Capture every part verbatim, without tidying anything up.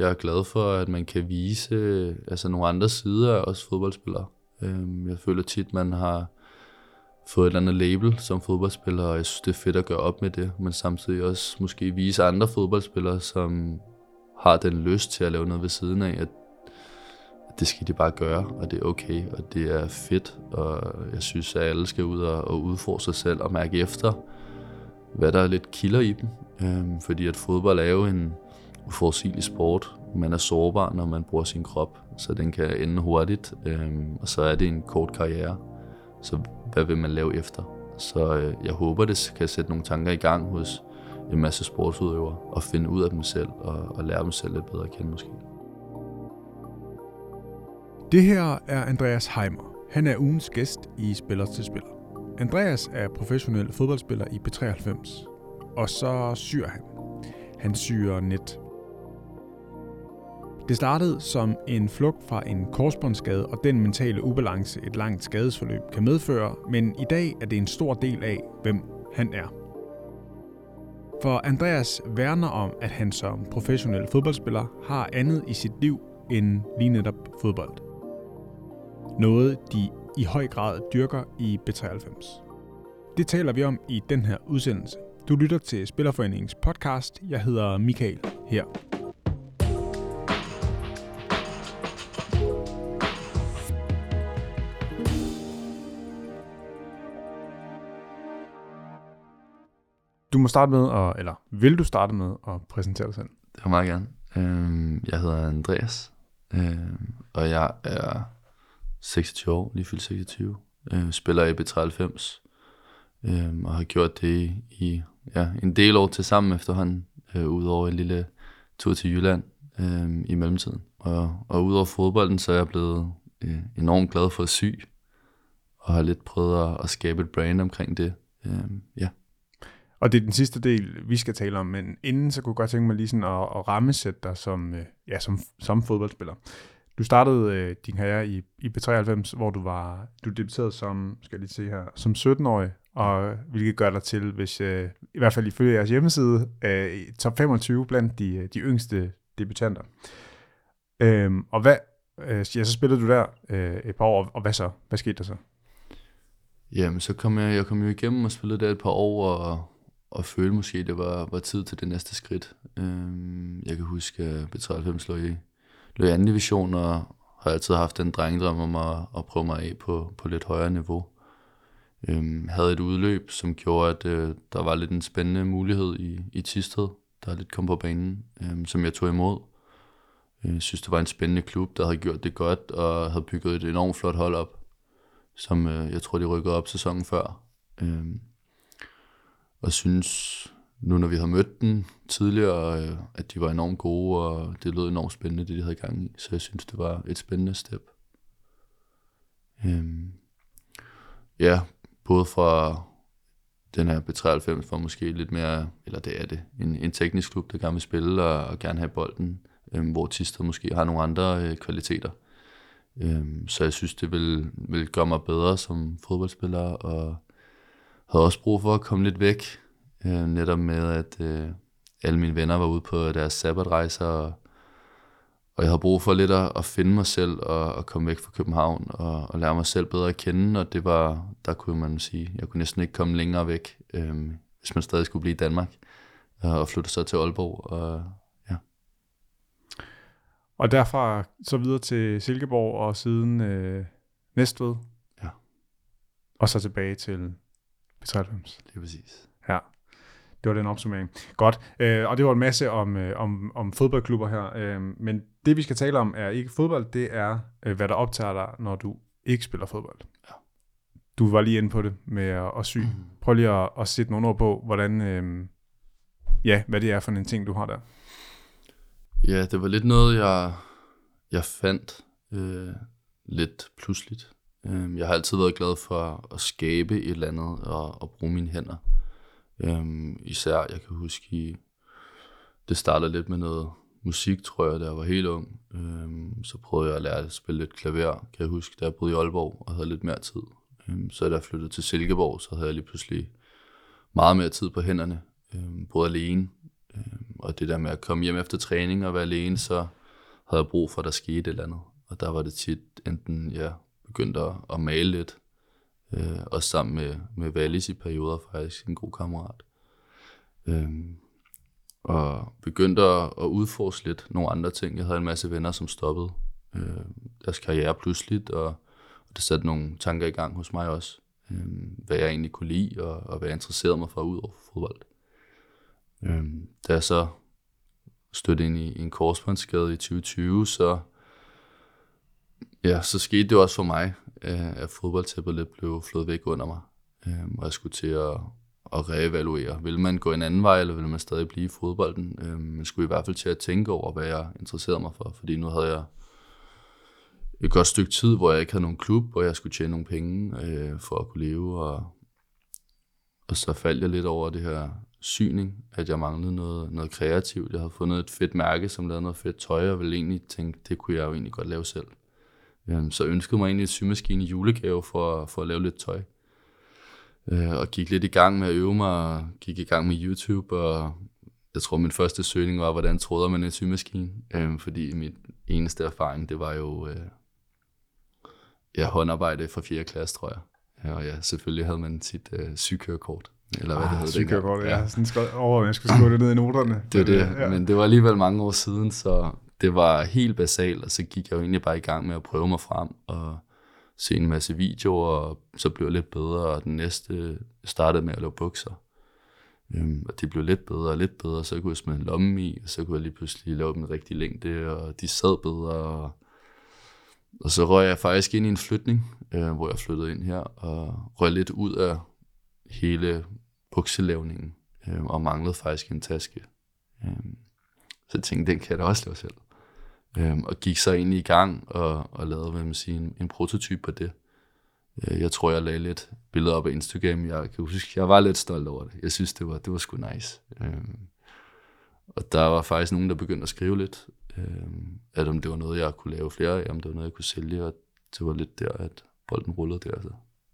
jeg er glad for, at man kan vise altså nogle andre sider af os fodboldspillere. Øh, jeg føler tit, man har fået et eller andet label som fodboldspiller, og jeg synes, det er fedt at gøre op med det, men samtidig også måske vise andre fodboldspillere, som har den lyst til at lave noget ved siden af, at det skal de bare gøre, og det er okay, og det er fedt, og jeg synes, at alle skal ud og, og udfordre sig selv og mærke efter, hvad der er lidt kilder i dem, øhm, fordi at fodbold er jo en uforudsigelig sport. Man er sårbar, når man bruger sin krop, så den kan ende hurtigt, øhm, og så er det en kort karriere, så hvad vil man lave efter? Så øh, jeg håber, det kan sætte nogle tanker i gang hos en masse sportsudøvere, og finde ud af dem selv, og, og lære dem selv lidt bedre at kende måske. Det her er Andreas Heimer. Han er ugens gæst i Spiller til Spiller. Andreas er professionel fodboldspiller i B treoghalvfems, og så syr han. Han syr net. Det startede som en flugt fra en korsbåndsskade og den mentale ubalance, et langt skadesforløb kan medføre, men i dag er det en stor del af, hvem han er. For Andreas værner om, at han som professionel fodboldspiller har andet i sit liv end lige netop fodbold. Noget, de i høj grad dyrker i B treoghalvfems. Det taler vi om i den her udsendelse. Du lytter til Spillerforeningens podcast. Jeg hedder Michael her. Du må starte med, at, eller vil du starte med at præsentere dig selv? Det vil meget gerne. Jeg hedder Andreas, og jeg er seksogtyve år, lige fyldt seksogtyve. Spiller i B treoghalvfems, og har gjort det i ja, en del år til sammen efterhånden, udover en lille tur til Jylland i mellemtiden. Og, og udover fodbolden, så er jeg blevet enormt glad for at sy, og har lidt prøvet at, at skabe et brand omkring det. Ja. Og det er den sidste del, vi skal tale om, men inden så kunne jeg godt tænke mig lige sådan at, at rammesætte dig som, ja, som, som fodboldspiller. Du startede øh, din karriere i, i B treoghalvfems, hvor du var du debuterede som, skal jeg lige se her, som sytten-årig, og hvilket gør dig til, hvis øh, i hvert fald ifølge jeres hjemmeside, øh, top femogtyve blandt de, de yngste debutanter. Øhm, og hvad, øh, ja, så spillede du der øh, et par år, og hvad så? Hvad skete der så? Jamen, så kom jeg, jeg kom jo igennem og spillede der et par år, og og følte måske, at det var, var tid til det næste skridt. Øhm, jeg kan huske, at B treoghalvfems lå i, lå i anden division, og har altid haft en drengedrøm om at, at prøve mig af på, på lidt højere niveau. Øhm, havde et udløb, som gjorde, at øh, der var lidt en spændende mulighed i, i Thisted, der lidt kom på banen, øh, som jeg tog imod. Jeg synes, det var en spændende klub, der havde gjort det godt, og havde bygget et enormt flot hold op, som øh, jeg tror, de rykkede op sæsonen før. Øh, Og synes, nu når vi har mødt dem tidligere, at de var enormt gode, og det lød enormt spændende, det de havde gang i. Så jeg synes, det var et spændende step. Øhm, ja, både fra den her B treoghalvfems var måske lidt mere, eller det er det, en, en teknisk klub, der gerne vil spille og, og gerne have bolden, øhm, hvor Thisted måske har nogle andre øh, kvaliteter. Øhm, så jeg synes, det vil, vil gøre mig bedre som fodboldspiller, og havde også brug for at komme lidt væk, øh, netop med, at øh, alle mine venner var ude på deres sabbatrejser, og, og jeg havde brug for lidt at, at finde mig selv og, og komme væk fra København og, og lære mig selv bedre at kende, og det var, der kunne man sige, jeg kunne næsten ikke komme længere væk, øh, hvis man stadig skulle blive i Danmark, øh, og flytte så til Aalborg, og ja. Og derfra så videre til Silkeborg, og siden øh, Næstved. Ja. Og så tilbage til B treoghalvfems. Det er præcis. Ja, det var den opsummering. Godt, øh, og det var en masse om, øh, om, om fodboldklubber her, øh, men det vi skal tale om er ikke fodbold, det er øh, hvad der optager dig, når du ikke spiller fodbold. Ja. Du var lige inde på det med at, at sy. Mm. Prøv lige at, at sætte nogle ord på, hvordan, øh, ja, hvad det er for en ting, du har der. Ja, det var lidt noget, jeg, jeg fandt øh, lidt pludseligt. Jeg har altid været glad for at skabe et eller andet og, og bruge mine hænder. Um, især, jeg kan huske, i, det startede lidt med noget musik, tror jeg, da jeg var helt ung. Um, så prøvede jeg at lære at spille lidt klaver, kan jeg huske, da jeg boede i Aalborg og havde lidt mere tid. Um, så da jeg flyttede til Silkeborg, så havde jeg lige pludselig meget mere tid på hænderne, um, både alene um, og det der med at komme hjem efter træning og være alene, så havde jeg brug for, at der skete et eller andet. Og der var det tit enten, ja, begyndte at, at male lidt, øh, også sammen med, med Wallis i perioder, faktisk en god kammerat. Øh, og begyndte at, at udforske lidt nogle andre ting. Jeg havde en masse venner, som stoppede øh, deres karriere pludseligt, og, og det satte nogle tanker i gang hos mig også. Øh, hvad jeg egentlig kunne lide, og, og hvad jeg interesserede mig for ud over fodbold. Øh, da jeg så stødte ind i, i en korsbåndsskade i tyve tyve, så, ja, så skete det også for mig, at fodboldtæppet lidt blev flået væk under mig. Øh, og jeg skulle til at at reevaluere. Vil man gå en anden vej, eller vil man stadig blive i fodbolden? Øh, man skulle i hvert fald til at tænke over, hvad jeg interesserede mig for, fordi nu havde jeg et godt stykke tid, hvor jeg ikke havde nogen klub, hvor jeg skulle tjene nogle penge øh, for at kunne leve, og, og så faldt jeg lidt over det her syning, at jeg manglede noget, noget kreativt. Jeg havde fundet et fedt mærke, som lavede noget fedt tøj, og ville egentlig tænke, det kunne jeg jo egentlig godt lave selv. Øh, så ønskede mig egentlig en symaskine i julegave for, for at lave lidt tøj. Og gik lidt i gang med at øve mig, og gik i gang med YouTube, og jeg tror, min første søgning var, hvordan tråder man en symaskine, øh, fordi min eneste erfaring, det var jo øh, ja, håndarbejde fra fjerde klasse, tror jeg. Og ja, selvfølgelig havde man sit øh, sygekørekort, eller hvad ah, det hed. Sygekørekort, ja. Sådan skal, over, jeg skulle skrive det ned i noterne. Det var det, ja. Men det var alligevel mange år siden, så det var helt basalt, og så gik jeg jo egentlig bare i gang med at prøve mig frem, og se en masse videoer, og så blev jeg lidt bedre, og den næste startede med at lave bukser. Um, og de blev lidt bedre og lidt bedre, så kunne jeg smide en lomme i, og så kunne jeg lige pludselig lave dem en rigtig længde, og de sad bedre. Og, og så røg jeg faktisk ind i en flytning, uh, hvor jeg flyttede ind her, og røg lidt ud af hele bukselavningen, um, og manglede faktisk en taske. Um, så jeg tænkte, den kan jeg da også lave selv. Øhm, og gik så egentlig i gang og, og lavede, hvad man siger, en, en prototype på det. Øh, jeg tror, jeg lagde lidt billeder op af Instagram. Jeg kan huske, jeg var lidt stolt over det. Jeg synes, det var, det var sgu nice. Øhm, og der var faktisk nogen, der begyndte at skrive lidt, øhm, at om det var noget, jeg kunne lave flere af, om det var noget, jeg kunne sælge, og det var lidt der, at bolden rullede der. Så.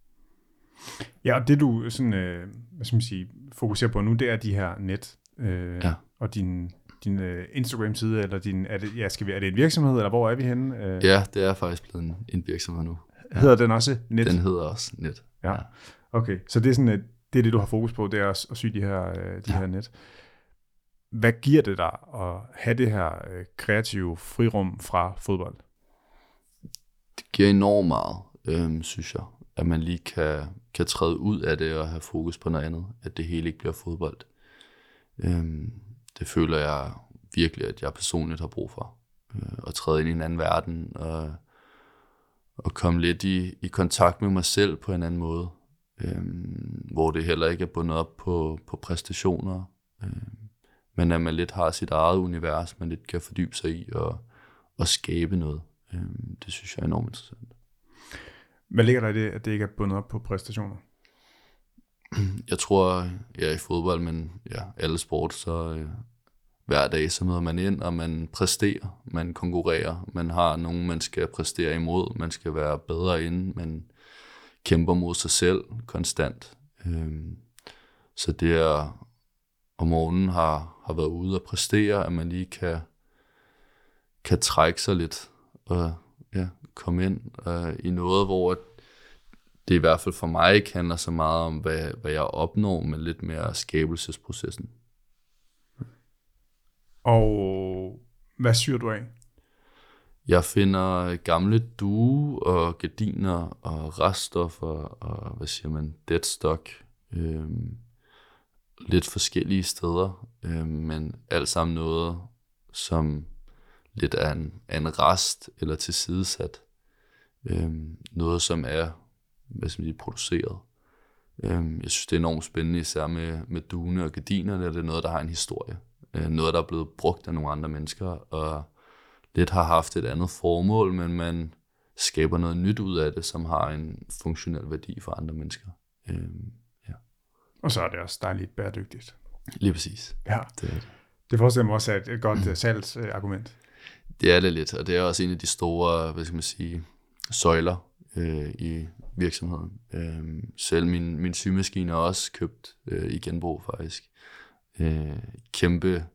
Ja, og det du sådan, øh, hvad skal man sige, fokuserer på nu, det er de her net, øh, ja. Og din din uh, Instagram-side, eller din, er det, ja, skal vi, er det en virksomhed, eller hvor er vi henne? Uh, ja, det er faktisk blevet en, en virksomhed nu. Ja. Hedder den også Net? Den hedder også Net. Ja, ja. Okay, så det er sådan, det er det, du har fokus på, det er at, at sy de her, uh, de ja. her net. Hvad giver det dig at have det her uh, kreative frirum fra fodbold? Det giver enormt meget, øhm, synes jeg, at man lige kan, kan træde ud af det og have fokus på noget andet, at det hele ikke bliver fodbold. Øhm, Det føler jeg virkelig, at jeg personligt har brug for. Øh, at træde ind i en anden verden, og, og komme lidt i, i kontakt med mig selv på en anden måde. Øh, hvor det heller ikke er bundet op på, på præstationer. Øh, men at man lidt har sit eget univers, man lidt kan fordybe sig i og, og skabe noget. Øh, det synes jeg er enormt interessant. Hvad ligger der i det, at det ikke er bundet op på præstationer? Jeg tror, jeg er i fodbold, men ja, alle sport, så øh, hver dag så møder man ind, og man præsterer, man konkurrerer, man har nogen, man skal præstere imod, man skal være bedre inde, man kæmper mod sig selv konstant. Øh, så det er om morgenen har, har været ude og præstere, at man lige kan, kan trække sig lidt og ja, komme ind øh, i noget, hvor det i hvert fald for mig ikke handler så meget om, hvad, hvad jeg opnår, men lidt mere skabelsesprocessen. Og hvad syr du af? Jeg finder gamle duge og gardiner og reststoffer og, hvad siger man, deadstock. Øhm, lidt forskellige steder, øhm, men alt sammen noget, som lidt er en, er en rest eller tilsidesat. Øhm, noget, som er hvad skal man sige, produceret. Øhm, jeg synes, det er enormt spændende, især med, med dugene og gardinerne. Det er noget, der har en historie. Øh, noget, der er blevet brugt af nogle andre mennesker, og lidt har haft et andet formål, men man skaber noget nyt ud af det, som har en funktionel værdi for andre mennesker. Øhm, ja. Og så er det også dejligt bæredygtigt. Lige præcis. Ja. Det, er det. det forestiller mig også et, et godt mm. salgsargument. Det er det lidt, og det er også en af de store, hvad skal man sige, søjler øh, i virksomheden. Øh, selv min, min symaskine er også købt øh, i genbrug faktisk. Øh, kæmpe,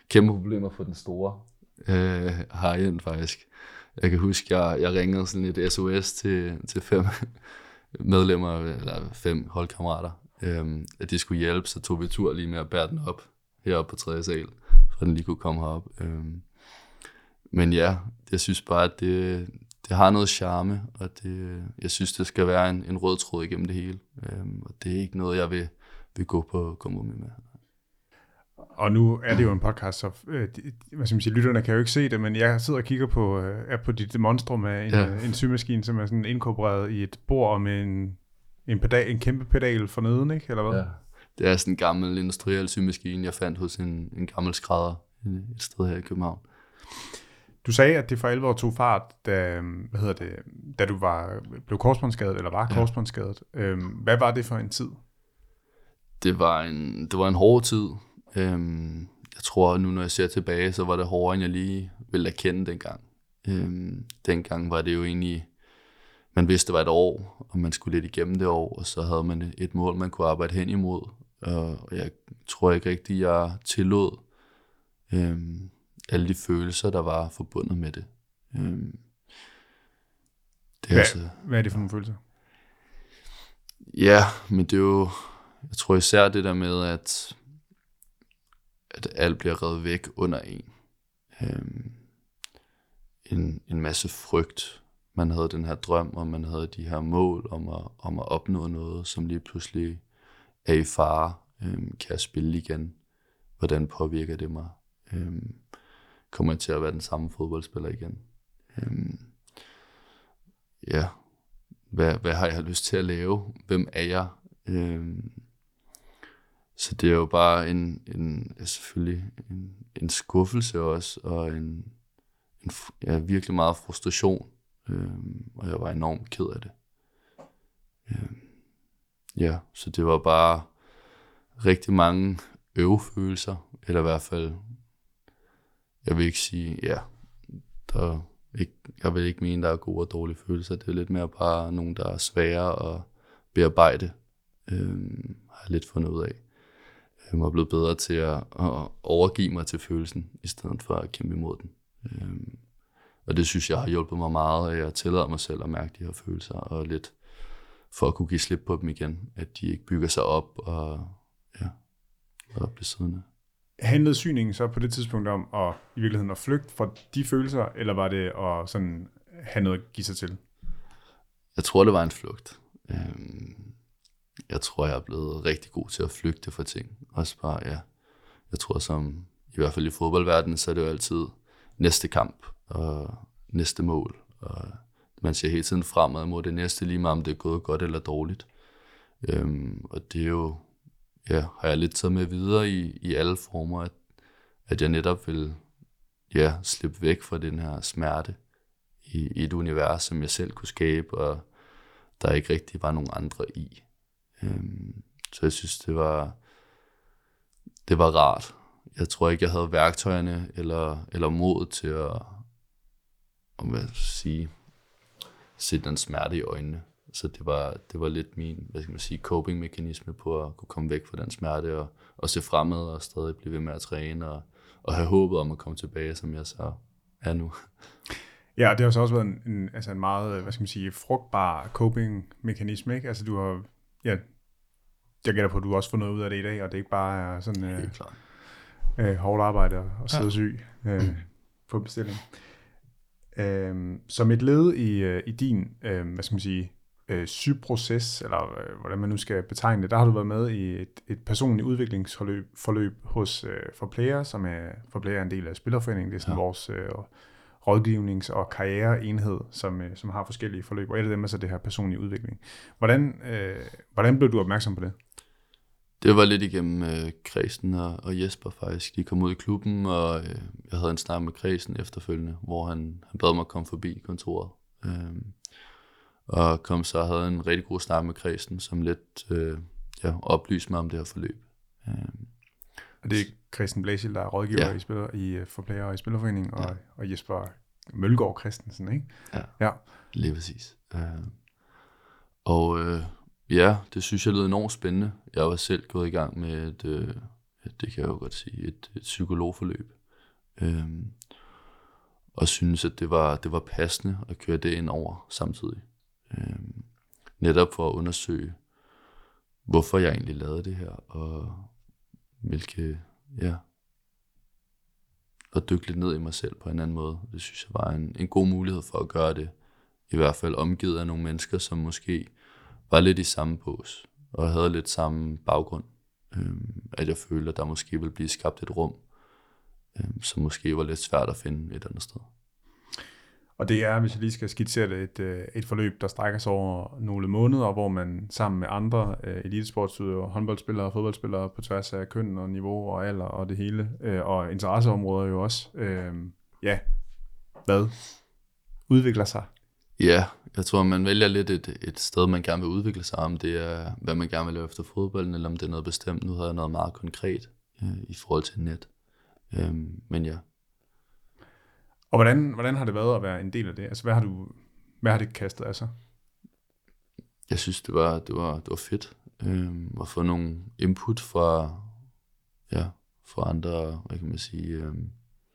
kæmpe problemer for den store øh, herinde faktisk. Jeg kan huske, jeg, jeg ringede sådan et S O S til, til fem medlemmer, eller fem holdkammerater, øh, at de skulle hjælpe, så tog vi tur lige med at bære den op, heroppe på tredje sal, for den lige kunne komme herop. Øh, men ja, jeg synes bare, at det, det har noget charme, og det, jeg synes, det skal være en, en rød tråd igennem det hele. Øh, og det er ikke noget, jeg vil, vil gå på kompromis med. Og nu er det jo en podcast, så øh, de, hvad skal man sige, lytterne kan jo ikke se det, men jeg sidder og kigger på, øh, er på dit monstrum af en, ja. en symaskine, som er sådan inkorporeret i et bord med en, en, pedal, en kæmpe pedal for neden, ikke? Eller hvad? Ja. Det er sådan en gammel industriel symaskine, jeg fandt hos en, en gammel skrædder et sted her i København. Du sagde, at det for alvor tog fart, da, hvad hedder det, da du var, blev korsbåndsskadet, eller var ja. korsbåndsskadet. Øhm, hvad var det for en tid? Det var en, det var en hård tid. Øhm, jeg tror, nu når jeg ser tilbage, så var det hårdere, end jeg lige ville erkende dengang. Øhm, dengang var det jo egentlig, man vidste, det var et år, og man skulle lidt igennem det år, og så havde man et mål, man kunne arbejde hen imod. Og jeg tror ikke rigtigt, jeg tillod øhm, alle de følelser, der var forbundet med det. Øhm, det hvad, altså, hvad er det for nogle følelser? Ja, men det er jo, jeg tror især det der med, at at alt bliver revet væk under en. Øhm, en. En masse frygt. Man havde den her drøm, og man havde de her mål om at, om at opnå noget, som lige pludselig er i fare. Øhm, kan jeg spille igen? Hvordan påvirker det mig? Øhm, kommer jeg til at være den samme fodboldspiller igen? Øhm, ja. Hvad, hvad har jeg lyst til at lave? Hvem er jeg? Øhm, Så det er jo bare en, en selvfølgelig en, en skuffelse også, og en, en ja, virkelig meget frustration, øhm, og jeg var enormt ked af det. Øhm, ja, så det var bare rigtig mange øvefølelser, eller i hvert fald, jeg vil ikke sige, ja, der ikke, jeg vil ikke mene, der er gode og dårlige følelser, det er lidt mere bare nogle, der er svære at bearbejde, øhm, har jeg lidt fundet ud af. Jeg var blevet bedre til at, at overgive mig til følelsen, i stedet for at kæmpe imod den. Øhm, og det synes jeg har hjulpet mig meget, at jeg tillader mig selv at mærke de her følelser, og lidt for at kunne give slip på dem igen, at de ikke bygger sig op og, ja, og blive siddende. Handlede syningen så på det tidspunkt om at, i virkeligheden at flygte fra de følelser, eller var det at sådan have noget at give sig til? Jeg tror, det var en flugt. Øhm, Jeg tror, jeg er blevet rigtig god til at flygte fra ting. Også bare, ja. Jeg tror, som i hvert fald i fodboldverdenen, så er det jo altid næste kamp og næste mål. Og man ser hele tiden fremad mod det næste, lige meget om det er gået godt eller dårligt. Øhm, og det er jo, ja, har jeg lidt taget med videre i, i alle former, at, at jeg netop vil, ja, slippe væk fra den her smerte i, i et univers, som jeg selv kunne skabe, og der ikke rigtig var nogen andre i. Øhm, så jeg synes, det var, det var rart. Jeg tror ikke, jeg havde værktøjerne eller, eller mod til at, om jeg sige, se den smerte i øjnene. Så det var, det var lidt min, hvad skal man sige, coping-mekanisme på at kunne komme væk fra den smerte og, og se fremad og stadig blive ved med at træne og, og have håbet om at komme tilbage, som jeg så er nu. Ja, det har så også været en, en, altså en meget, hvad skal man sige, frugtbar coping-mekanisme, ikke? Altså du har, ja, jeg gætter på, at du også får noget ud af det i dag, og det ikke bare er sådan øh, øh, hårdt arbejde og sidde ja. syg øh, mm. på bestilling. Øh, som et led i, øh, i din, øh, hvad skal man sige, øh, sygeproces, eller øh, hvordan man nu skal betegne det, der har du været med i et, et personligt udviklingsforløb forløb hos øh, Forplayer, som er Forplayer er en del af Spillerforeningen. Det er sådan ja. vores øh, rådgivnings- og karriereenhed, som, øh, som har forskellige forløb, og et af dem er så det her personlige udvikling. Hvordan, øh, hvordan blev du opmærksom på det? Det var lidt igennem øh, Kredsen og, og Jesper faktisk. De kom ud i klubben, og øh, jeg havde en snak med Kredsen efterfølgende, hvor han, han bad mig komme forbi kontoret. Øh, og kom så og havde en rigtig god snak med Kredsen, som lidt øh, ja, oplyste mig om det her forløb. Øh, og det er Christian Blæsild, der er rådgiver ja. i, spiller, i Forplayer og i Spillerforeningen, og, ja. og Jesper Mølgaard Christensen, ikke? Ja, ja. Lige præcis. Øh, og øh, ja, det synes jeg lød enormt spændende. Jeg var selv gået i gang med et, øh, det kan jeg jo godt sige, et, et psykologforløb. Øhm, og synes, at det var, det var passende at køre det ind over samtidig. Øhm, netop for at undersøge, hvorfor jeg egentlig lavede det her, og hvilke, ja, og dykke lidt ned i mig selv på en anden måde. Det synes jeg var en, en god mulighed for at gøre det. I hvert fald omgivet af nogle mennesker, som måske var lidt i samme bås, og havde lidt samme baggrund. Øhm, at jeg følte, at der måske ville blive skabt et rum, øhm, som måske var lidt svært at finde et andet sted. Og det er, hvis jeg lige skal skitsere det, et, et forløb, der strækker sig over nogle måneder, hvor man sammen med andre uh, elitesportsudøvere, håndboldspillere og fodboldspillere på tværs af køn og niveau og alder og det hele, uh, og interesseområder jo også, uh, ja, hvad udvikler sig? Ja, jeg tror, man vælger lidt et, et sted, man gerne vil udvikle sig, om det er, hvad man gerne vil lave efter fodbolden, eller om det er noget bestemt. Nu havde jeg noget meget konkret uh, i forhold til net. Um, men ja. Og hvordan, hvordan har det været at være en del af det? Altså, hvad har du, hvad har det kastet af sig? Jeg synes, det var, det var, det var fedt øhm, at få nogle input fra, ja, fra andre, hvad kan man sige, øhm,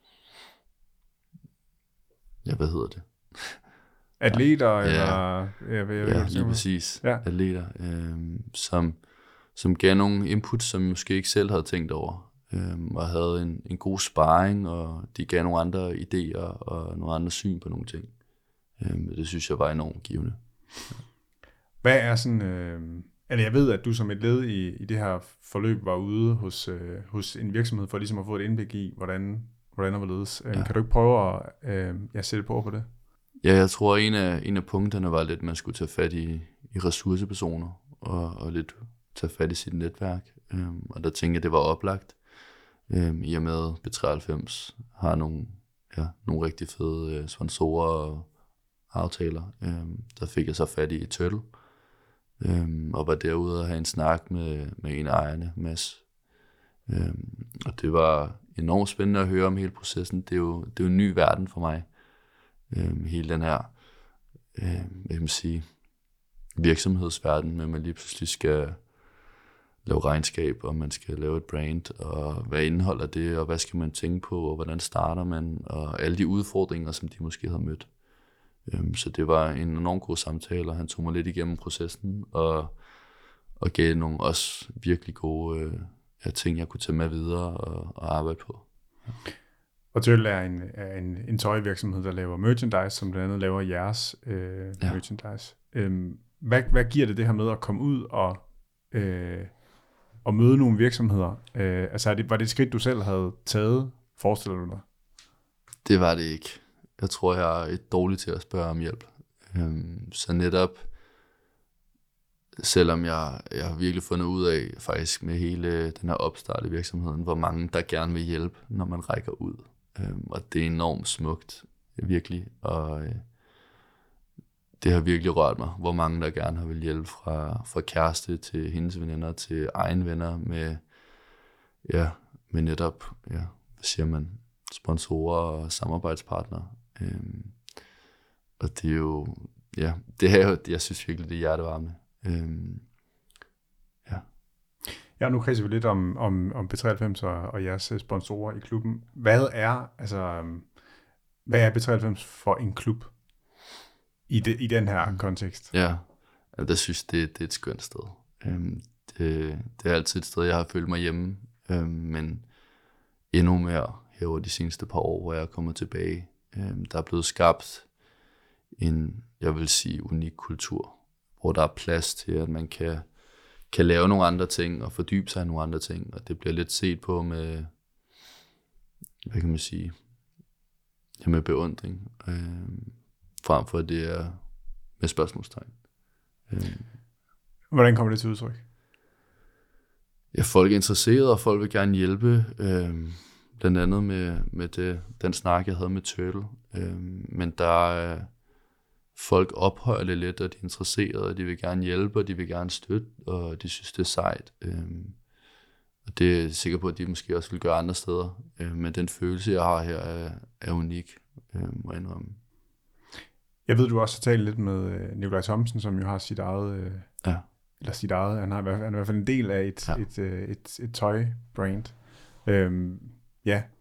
ja, hvad hedder det? Atleter, ja, eller? Ja, jeg, jeg, ja jeg, lige præcis. Ja. Atleter, øhm, som, som gav nogle input, som jeg måske ikke selv havde tænkt over. Øhm, og havde en, en god sparring, og de gav nogle andre idéer og nogle andre syn på nogle ting. Øhm, det synes jeg var enormt givende. Ja. Hvad er sådan, øh, eller jeg ved, at du som et led i, i det her forløb var ude hos, øh, hos en virksomhed for ligesom at få et indblik i, hvordan, hvordan der var ledes. Ja. Kan du ikke prøve at øh, ja, sætte på på det? Ja, jeg tror, en af, en af punkterne var lidt, at man skulle tage fat i, i ressourcepersoner, og, og lidt tage fat i sit netværk. Øhm, og der tænkte jeg, det var oplagt. Øhm, I og med B treoghalvfems har nogle, ja, nogle rigtig fede øh, sponsorer og aftaler. Øhm, der fik jeg så fat i Turtle, øhm, og var derude og have en snak med, med en af ejerne, Mads. Øhm, og det var enormt spændende at høre om hele processen. Det er jo, det er jo en ny verden for mig. Øhm, hele den her øhm, hvad kan man sige, virksomhedsverden, med man lige pludselig skal lave regnskab, og man skal lave et brand, og hvad indeholder det, og hvad skal man tænke på, og hvordan starter man, og alle de udfordringer, som de måske havde mødt. Um, så det var en enormt god samtale, og han tog mig lidt igennem processen, og, og gav nogle også virkelig gode øh, ja, ting, jeg kunne tage med videre og, og arbejde på. Ja. Og Turtle er en, er en, en tøjvirksomhed, der laver merchandise, som blandt andet laver jeres øh, ja. merchandise. Um, hvad, hvad giver det det her med at komme ud og øh, og møde nogle virksomheder? Øh, altså, det, var det et skridt, du selv havde taget, forestiller du dig? Det var det ikke. Jeg tror, jeg er et dårligt til at spørge om hjælp. Øhm, så netop, selvom jeg, jeg har virkelig fundet ud af, faktisk med hele den her opstart i virksomheden, hvor mange der gerne vil hjælpe, når man rækker ud. Øhm, og det er enormt smukt, virkelig. Og øh, det har virkelig rørt mig, hvor mange der gerne har vil hjælpe, fra, fra kæreste til hendes veninder til egen venner med, ja, med netop, ja, hvad siger man, sponsorer og samarbejdspartnere. Øhm, og det er jo, ja, det er jo, jeg synes virkelig, det er hjertevarme. Øhm, ja. Ja, nu kredser vi lidt om, om, om B treoghalvfems og, og jeres sponsorer i klubben. Hvad er, altså, hvad er B treoghalvfems for en klub i, det, i den her mm. kontekst? Ja, jeg synes, det, det er et skønt sted. Øhm, det, det er altid et sted, jeg har følt mig hjemme, øhm, men endnu mere her over de seneste par år, hvor jeg er kommet tilbage. Øhm, der er blevet skabt en, jeg vil sige, unik kultur, hvor der er plads til, at man kan, kan lave nogle andre ting og fordybe sig i nogle andre ting, og det bliver lidt set på med, hvad kan man sige, ja, med beundring, øhm, frem for at det er med spørgsmålstegn. Øhm. Hvordan kommer det til udtryk? Ja, folk er interesserede, og folk vil gerne hjælpe, øhm, blandt andet med, med det, den snak, jeg havde med Turtle. Øhm, men der er folk ophøjer det lidt, og de er interesserede, og de vil gerne hjælpe, og de vil gerne støtte, og de synes, det er sejt. Øhm, og det er jeg sikker på, at de måske også vil gøre andre steder. Øhm, men den følelse, jeg har her, er, er unik, øhm, må jeg indrømme. Jeg ved, du også har talt lidt med øh, Nikolaj Thomsen, som jo har sit eget, øh, ja. eller sit eget, han, har, han er i hvert fald en del af et, ja. et, et, et, et tøjbrand. Øhm, ja,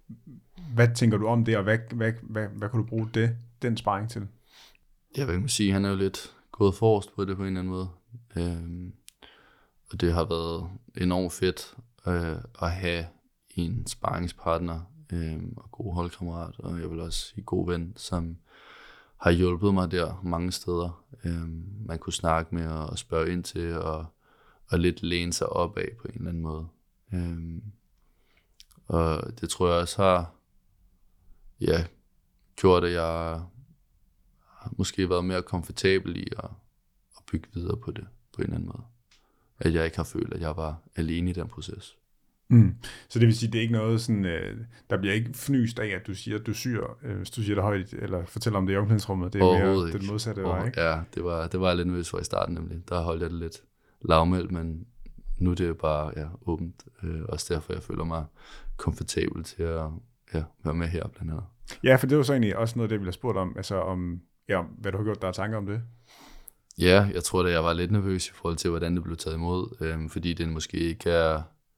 hvad tænker du om det, og hvad, hvad, hvad, hvad kan du bruge det, den sparring til? Jeg vil sige, han er jo lidt gået forrest på det på en eller anden måde. Øhm, og det har været enormt fedt øh, at have en sparringspartner øh, og god holdkammerat, og jeg vil også sige god ven, som har hjulpet mig der mange steder. Øh, man kunne snakke med og spørge ind til, og, og lidt læne sig opad på en eller anden måde. Øh, og det tror jeg også har ja, gjort, at jeg har måske været mere komfortabel i at, at bygge videre på det på en eller anden måde. At jeg ikke har følt, at jeg var alene i den proces. Mm. Så det vil sige, det er ikke noget sådan, øh, der bliver ikke fnyst af, at du siger, at du syr, øh, hvis du siger det højt, eller fortæller om det i omklædningsrummet. Det er mere ikke. det modsatte, var, ikke? Ja, det var, det var jeg lidt nervøs for i starten nemlig. Der holdt jeg det lidt lavmældt, men nu er det jo bare ja, åbent. Øh, også derfor, jeg føler mig komfortabel til at ja, være med her blandt andet. Ja, for det var så egentlig også noget, det vi har spurgt om, altså om, ja, hvad du har gjort, der er tanker om det. Ja, jeg tror da, jeg var lidt nervøs i forhold til, hvordan det blev taget imod, øh, fordi det måske ikke er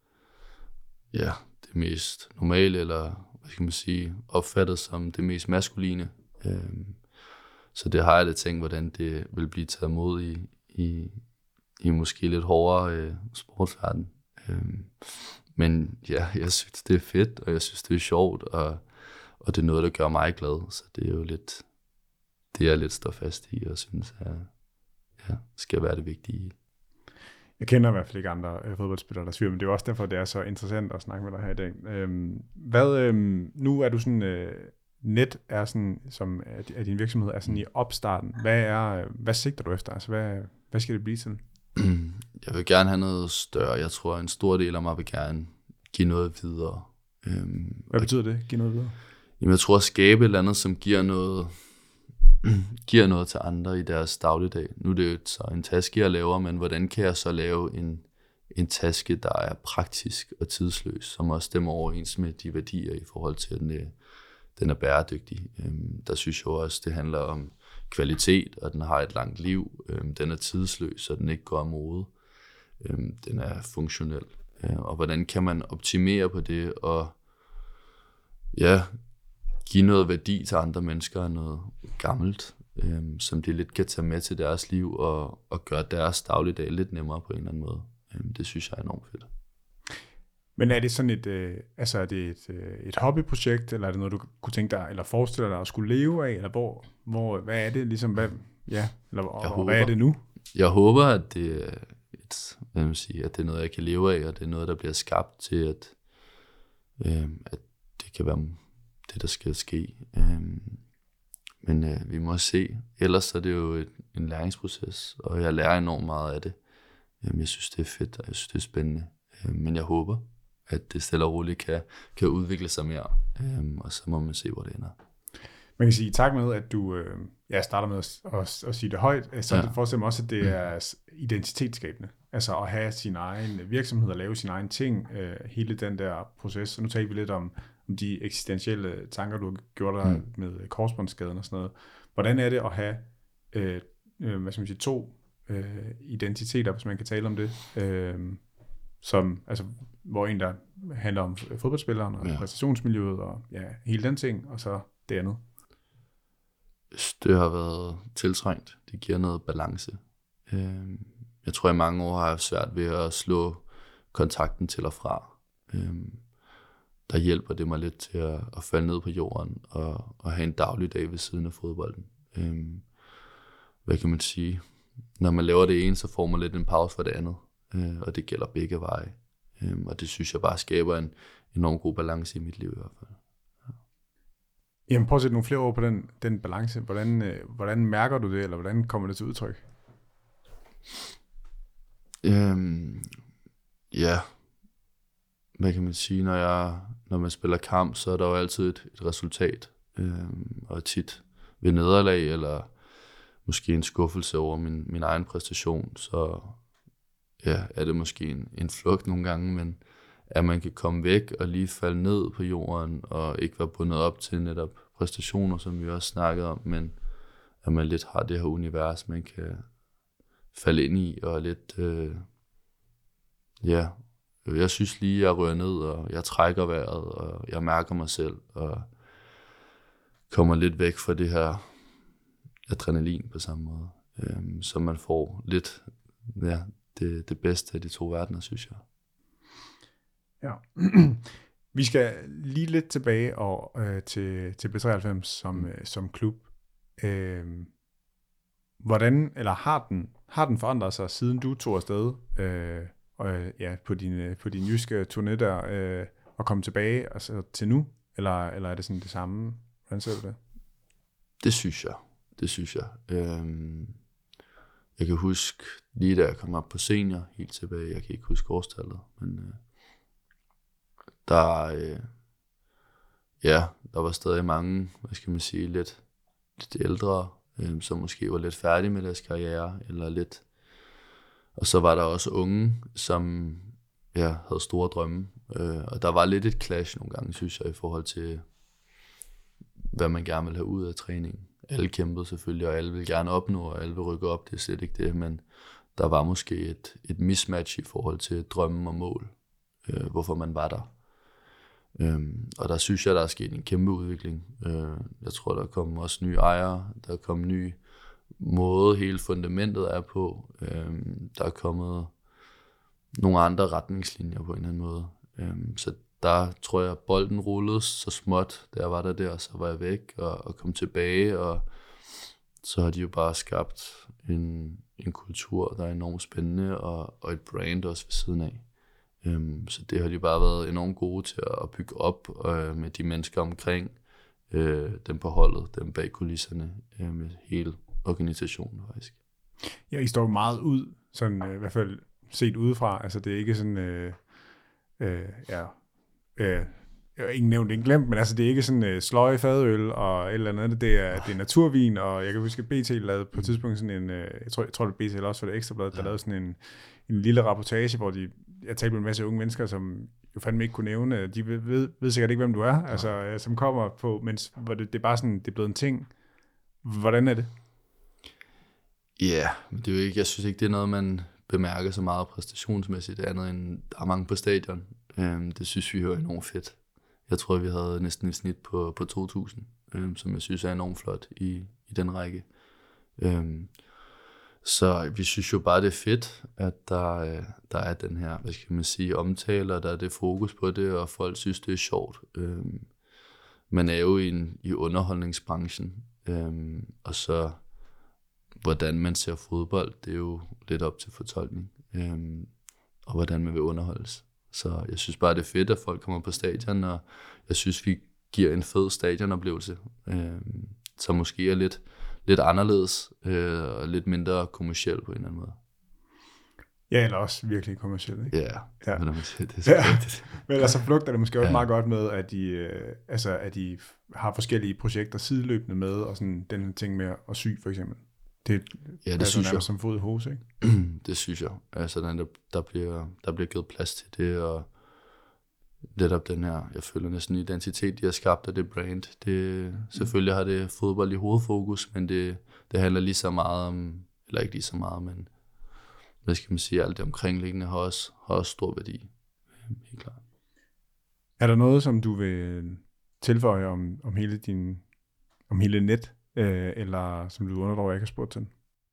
ja, det mest normale, eller hvad skal man sige, opfattet som det mest maskuline. Øh, så det har jeg da tænkt, hvordan det vil blive taget imod i, i, i måske lidt hårdere øh, sportsverden. Øh, men ja, jeg synes, det er fedt, og jeg synes, det er sjovt, og, og det er noget, der gør mig glad, så det er jo lidt, det er lidt står fast i, og synes, at ja, skal være det vigtige. Jeg kender i hvert fald ikke andre øh, fodboldspillere, der svir, men det er også derfor, det er så interessant at snakke med dig her i dag. Øhm, hvad, øhm, nu er du sådan, øh, net er sådan, som er din virksomhed er sådan i opstarten. Hvad er, hvad sigter du efter? Altså, hvad, hvad skal det blive til? Jeg vil gerne have noget større. Jeg tror, en stor del af mig vil gerne give noget videre. Øhm, hvad betyder det, give noget videre? Jamen, jeg tror at skabe et eller andet, som giver noget, giver noget til andre i deres dagligdag. Nu er det jo så en taske, jeg laver, men hvordan kan jeg så lave en, en taske, der er praktisk og tidsløs, som også stemmer overens med de værdier i forhold til, at den er, den er bæredygtig. Øhm, der synes jeg også, det handler om kvalitet, og den har et langt liv. Øhm, den er tidsløs, så den ikke går af mode. Øhm, den er funktionel. Øh, og hvordan kan man optimere på det, og ja, give noget værdi til andre mennesker af noget gammelt, øhm, som de lidt kan tage med til deres liv, og, og gøre deres dagligdag lidt nemmere på en eller anden måde. Øhm, det synes jeg er enormt fedt. Men er det sådan et, øh, altså er det et, øh, et hobbyprojekt, eller er det noget, du kunne tænke dig, eller forestille dig at skulle leve af, eller hvor, hvor hvad er det ligesom, hvad, ja, eller og, håber, hvad er det nu? Jeg håber, at det er et, hvad man sige, at det er noget, jeg kan leve af, og det er noget, der bliver skabt til, at, øh, at det kan være det, der skal ske. Øh, men øh, vi må se. Ellers er det jo et, en læringsproces, og jeg lærer enormt meget af det. Øh, jeg synes, det er fedt, og jeg synes, det er spændende. Øh, men jeg håber, at det stille og roligt kan, kan udvikle sig mere, øhm, og så må man se, hvor det ender. Man kan sige, tak med, at du øh, ja, starter med at, at, at sige det højt, så ja. Det forestiller mig også, at det er identitetsskabende. Altså at have sin egen virksomhed og lave sine egne ting, øh, hele den der proces. Så nu taler vi lidt om, om de eksistentielle tanker, du har gjort dig mm. med korsbåndsskaden og sådan noget. Hvordan er det at have øh, øh, hvad skal man sige, to øh, identiteter, hvis man kan tale om det, øh, som, altså, hvor en, der handler om fodboldspilleren og ja. præstationsmiljøet og ja, hele den ting, og så det andet. Det har været tiltrængt. Det giver noget balance. Jeg tror, i mange år har jeg haft svært ved at slå kontakten til og fra. Der hjælper det mig lidt til at, at falde ned på jorden og, og have en dagligdag ved siden af fodbolden. Hvad kan man sige? Når man laver det ene, så får man lidt en pause for det andet. Og det gælder begge veje. Og det synes jeg bare skaber en enorm god balance i mit liv i hvert fald. Ja. Jamen prøv at sætte nogle flere ord på den, den balance. Hvordan, øh, hvordan mærker du det, eller hvordan kommer det til udtryk? Øhm, ja, hvad kan man sige, når, jeg, når man spiller kamp, så er der jo altid et, et resultat. Øhm, og tit ved nederlag, eller måske en skuffelse over min, min egen præstation, så ja, er det måske en, en flugt nogle gange, men at man kan komme væk og lige falde ned på jorden, og ikke være bundet op til netop præstationer, som vi også snakkede om, men at man lidt har det her univers, man kan falde ind i, og lidt, øh, ja, Jeg synes lige, jeg rører ned, og jeg trækker vejret, og jeg mærker mig selv, og kommer lidt væk fra det her adrenalin på samme måde. Øhm, så man får lidt ja, det, det bedste af de to verdener, synes jeg. Ja. Vi skal lige lidt tilbage og, øh, til, til B treoghalvfems som, mm. øh, som klub. Øh, hvordan, eller har den, har den forandret sig, siden du tog afsted øh, og, ja, på din, på din jyske turné der, øh, og kom tilbage altså, til nu? Eller, eller er det sådan det samme? Hvordan ser du det? Det synes jeg. Det synes jeg. Øhm, jeg kan huske, lige da jeg kom op på senior, helt tilbage, jeg kan ikke huske årstallet, men øh, der, øh, ja, der var stadig mange, hvad skal man sige, lidt, lidt ældre, øh, som måske var lidt færdige med deres karriere, eller lidt. Og så var der også unge, som ja, havde store drømme, øh, og der var lidt et clash nogle gange, synes jeg, i forhold til, hvad man gerne vil have ud af træningen. Alle kæmpede selvfølgelig, og alle vil gerne opnå, og alle vil rykke op, det er slet ikke det, men der var måske et, et mismatch i forhold til drømmen og mål, øh, hvorfor man var der. Øhm, og der synes jeg, der er sket en kæmpe udvikling. Øh, jeg tror, der kom også nye ejere, der kom ny måde, hele fundamentet er på. Øh, der er kommet nogle andre retningslinjer på en eller anden måde. Øh, så der tror jeg, bolden rullede så småt, da jeg var der der, så var jeg væk og, og kom tilbage, og så har de jo bare skabt en, en kultur, der er enormt spændende, og, og et brand også ved siden af. Um, så det har de bare været enormt gode til at bygge op uh, med de mennesker omkring, uh, dem på holdet, dem bag kulisserne, uh, med hele organisationen faktisk. Ja, I står meget ud, sådan uh, i hvert fald set udefra, altså det er ikke sådan, uh, uh, ja, uh, ingen nævnt, ingen glemt, men altså det er ikke sådan uh, sløje fadøl og et eller andet, det er, det er naturvin, og jeg kan huske, at B T lavede på et tidspunkt sådan en, uh, jeg tror, jeg tror det B T eller også for det Ekstrablad, der ja. lavede sådan en, en lille rapportage, hvor de jeg talte med en masse unge mennesker, som jo fandme ikke kunne nævne, de ved, ved, ved sikkert ikke, hvem du er, ja. altså, som kommer på, mens hvor det, det er bare sådan, det er blevet en ting. Hvordan er det? Ja, yeah, men det er jo ikke, jeg synes ikke, det er noget, man bemærker så meget præstationsmæssigt, andet end, der er mange på stadion. Um, det synes vi jo er enormt fedt. Jeg tror, vi havde næsten et snit på, på to tusind, um, som jeg synes er enormt flot i, i den række. Um, Så vi synes jo bare, det er fedt, at der, der er den her, hvad skal man sige, omtale, og der er det fokus på det, og folk synes, det er sjovt. Øhm, man er jo i, en, i underholdningsbranchen, øhm, og så hvordan man ser fodbold, det er jo lidt op til fortolkning, øhm, og hvordan man vil underholdes. Så jeg synes bare, det er fedt, at folk kommer på stadion, og jeg synes, vi giver en fed stadionoplevelse, øhm, som måske er lidt... lidt anderledes øh, og lidt mindre kommerciel på en eller anden måde. Ja, eller også virkelig kommerciel, ikke? Ja, ja. Men, det er så ja. rigtigt. Men altså flugter det måske også ja. meget godt med, at de, øh, altså, at de har forskellige projekter sideløbende med, og sådan den ting med at sy, for eksempel. Det, ja, det er synes jeg. Som fod i hose, ikke? Det synes jeg. Altså, der, der, bliver, der bliver givet plads til det, og netop den her, jeg føler næsten identitet, de har skabt af det brand. Det, selvfølgelig har det fodbold i hovedfokus, men det, det handler lige så meget om, eller ikke lige så meget, men hvad skal man sige, alt det omkringliggende har også, har også stor værdi. Helt klart. Er der noget, som du vil tilføje om, om hele din, om hele net, øh, eller som du undrer over, jeg ikke har spurgt til?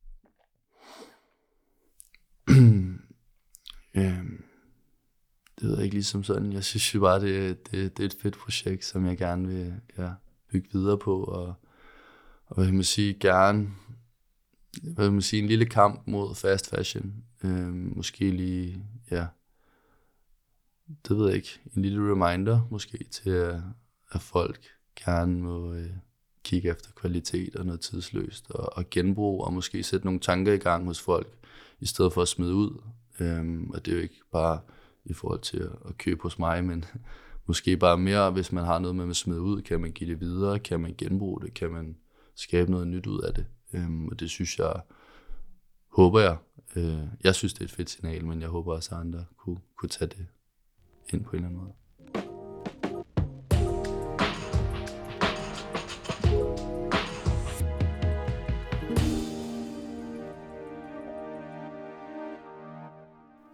øhm. Det ved jeg ikke ligesom sådan. Jeg synes jo bare, det, det, det er et fedt projekt, som jeg gerne vil ja, bygge videre på. Og, og hvad kan man sige, gerne hvad kan man sige, en lille kamp mod fast fashion. Øh, måske lige, ja, det ved jeg ikke, en lille reminder måske til, at, at folk gerne må øh, kigge efter kvalitet og noget tidsløst og, og genbrug, og måske sætte nogle tanker i gang hos folk, i stedet for at smide ud. Øh, og det er jo ikke bare i forhold til at, at købe hos mig, men måske bare mere, hvis man har noget med at smide ud, kan man give det videre, kan man genbruge det, kan man skabe noget nyt ud af det. Øhm, og det synes jeg, håber jeg, øh, jeg synes det er et fedt signal, men jeg håber også, at andre kunne, kunne tage det ind på en eller anden måde.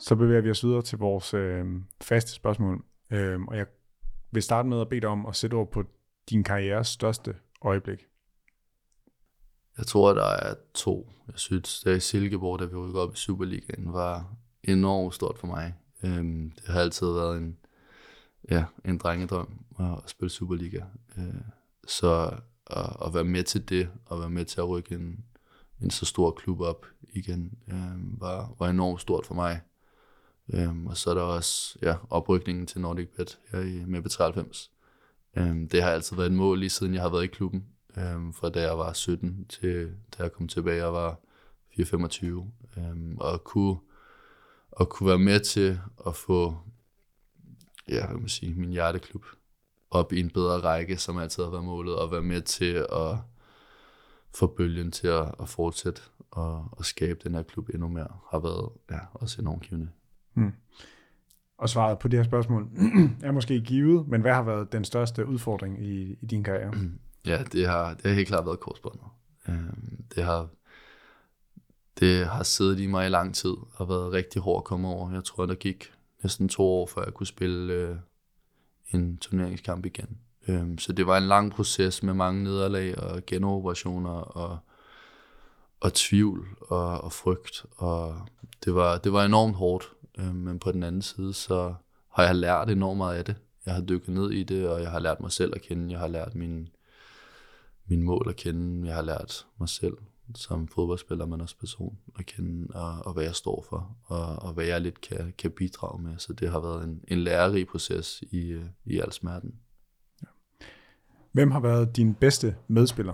Så bevæger vi os videre til vores øh, faste spørgsmål. Øh, og jeg vil starte med at bede dig om at sætte ord på din karrieres største øjeblik. Jeg tror, der er to. Jeg synes, da i Silkeborg, da vi rykkede op i Superligaen, var enormt stort for mig. Øhm, det har altid været en, ja, en drengedrøm at spille Superliga. Øh, så at, at være med til det, og være med til at rykke en, en så stor klub op igen, øh, var, var enormt stort for mig. Øh, og så er der også ja, oprykningen til Nordic Bet her i, med B treoghalvfems. Øh, det har altid været et mål, lige siden jeg har været i klubben. Um, fra da jeg var sytten til da jeg kom tilbage og var fire femogtyve. Um, og at kunne, at kunne være med til at få ja, hvad man sige, min hjerteklub op i en bedre række, som altid har været målet, og være med til at få bølgen til at, at fortsætte og at skabe den her klub endnu mere, har været ja, også enormt givende. Hmm. Og svaret på det her spørgsmål er måske givet, men hvad har været den største udfordring i, i din karriere? Ja, det har, det har helt klart været korsbåndet. Um, det har det har siddet i mig i lang tid og været rigtig hårdt at komme over. Jeg tror, der gik næsten to år, før jeg kunne spille uh, en turneringskamp igen. Um, så det var en lang proces med mange nederlag og genoperationer og, og tvivl og, og frygt. Og det var, det var enormt hårdt, um, men på den anden side, så har jeg lært enormt meget af det. Jeg har dykket ned i det, og jeg har lært mig selv at kende. Jeg har lært min Min mål at kende. Jeg har lært mig selv som fodboldspiller, men også person at kende, og, og hvad jeg står for, og, og hvad jeg lidt kan, kan bidrage med. Så det har været en, en lærerig proces i, i al smerten. Ja. Hvem har været din bedste medspiller?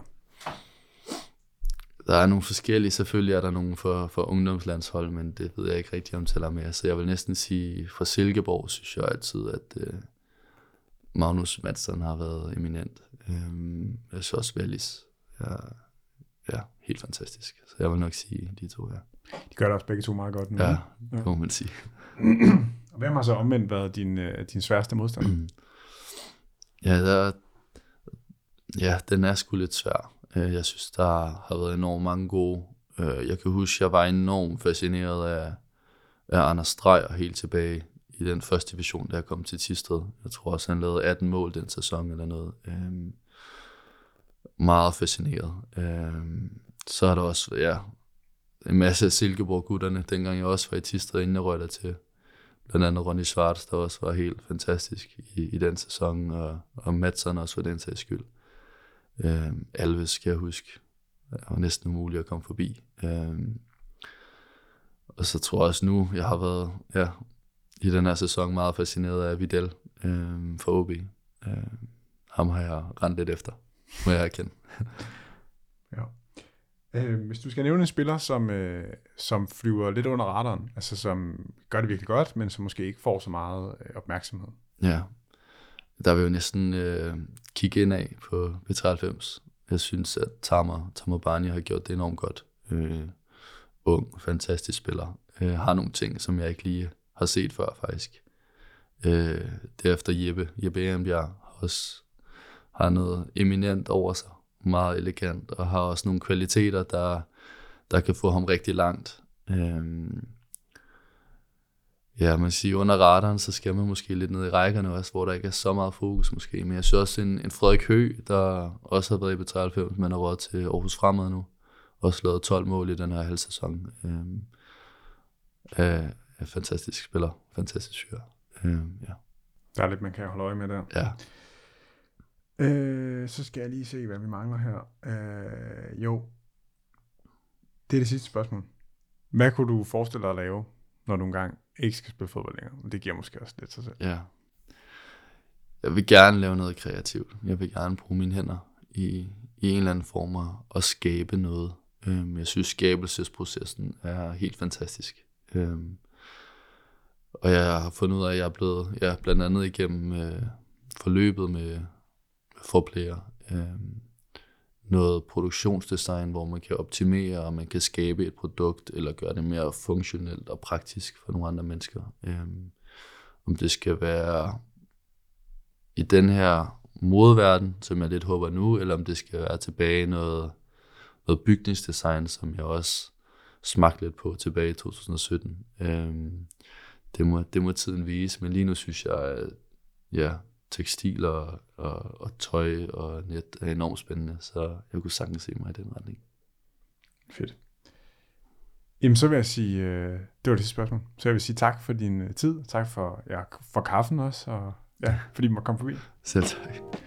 Der er nogle forskellige. Selvfølgelig er der nogle for, for ungdomslandshold, men det ved jeg ikke rigtig, om tæller med. Så jeg vil næsten sige, fra Silkeborg synes jeg altid, at uh, Magnus Madsen har været eminent. Um, jeg synes også Wallis. Ja, ja, helt fantastisk. Så jeg vil nok sige de to, ja. De gør det også begge to meget godt. Nu. Ja, det må man sige. Og hvem har så omvendt været din, din sværeste modstander? ja, der, ja, den er sgu lidt svær. Jeg synes, der har været enormt mange gode. Jeg kan huske, jeg var enormt fascineret af, af Anders Streyer helt tilbage i den første division, da jeg kom til Thisted. Jeg tror også, han lavede atten mål den sæson eller noget. Øhm, meget fascineret. Øhm, så er der også ja, en masse af Silkeborg-gutterne, dengang jeg også var i Thisted, inden jeg røg der til. Blandt andet Ronny Schwartz, der også var helt fantastisk i, i den sæson, og, og Madsen også for den sags skyld. Øhm, Alves, skal jeg huske. Det var næsten umuligt at komme forbi. Øhm, og så tror jeg også nu, jeg har været... ja, i den her sæson meget fascineret af Vidal øh, fra O B. Øh, ham har jeg rendt lidt efter, må jeg erkende. ja. øh, hvis du skal nævne en spiller, som, øh, som flyver lidt under radaren, altså som gør det virkelig godt, men som måske ikke får så meget øh, opmærksomhed. Ja, der vil jo næsten øh, kigge ind af på B treoghalvfems. Jeg synes, at Tamer, Tamer Barney har gjort det enormt godt. Øh, ung, fantastisk spiller. Øh, har nogle ting, som jeg ikke lige har set før, faktisk. Øh, derefter Jeppe, Jeppe Ehrenbjerg, også har noget eminent over sig, meget elegant, og har også nogle kvaliteter, der, der kan få ham rigtig langt. Øh, ja, man siger, under radaren, så skal man måske lidt ned i rækkerne også, hvor der ikke er så meget fokus måske, men jeg synes også en, en Frederik Høgh, der også har været i B treoghalvfems, men har råd til Aarhus Fremad nu, også lavet tolv mål i den her halv sæson. Øh, øh, Ja, fantastisk spiller. Fantastisk fyr. Øh, ja. Der er lidt, man kan holde øje med der. Ja. Øh, så skal jeg lige se, hvad vi mangler her. Øh, jo. Det er det sidste spørgsmål. Hvad kunne du forestille dig at lave, når du engang ikke skal spille fodbold længere? Det giver måske også lidt sig selv. Ja. Jeg vil gerne lave noget kreativt. Jeg vil gerne bruge mine hænder i, i en eller anden form og skabe noget. Øh, jeg synes, skabelsesprocessen er helt fantastisk. Øh, Og jeg har fundet ud af, at jeg er blevet, ja, blandt andet igennem øh, forløbet med, med forplayer, øh, noget produktionsdesign, hvor man kan optimere, og man kan skabe et produkt, eller gøre det mere funktionelt og praktisk for nogle andre mennesker. Øh, om det skal være i den her modeverden, som jeg lidt håber nu, eller om det skal være tilbage i noget, noget bygningsdesign, som jeg også smagte lidt på tilbage i to tusind og sytten. Øh, det må, det må tiden vise. Men lige nu synes jeg, at ja, tekstiler og, og, og tøj og net er enormt spændende, så jeg kunne sagtens se mig i den retning. Fedt. Jamen, så vil jeg sige, øh, det var det sidste spørgsmål. Så jeg vil sige tak for din tid, tak for, ja, for kaffen også, og ja, fordi du måtte komme forbi. Selv tak.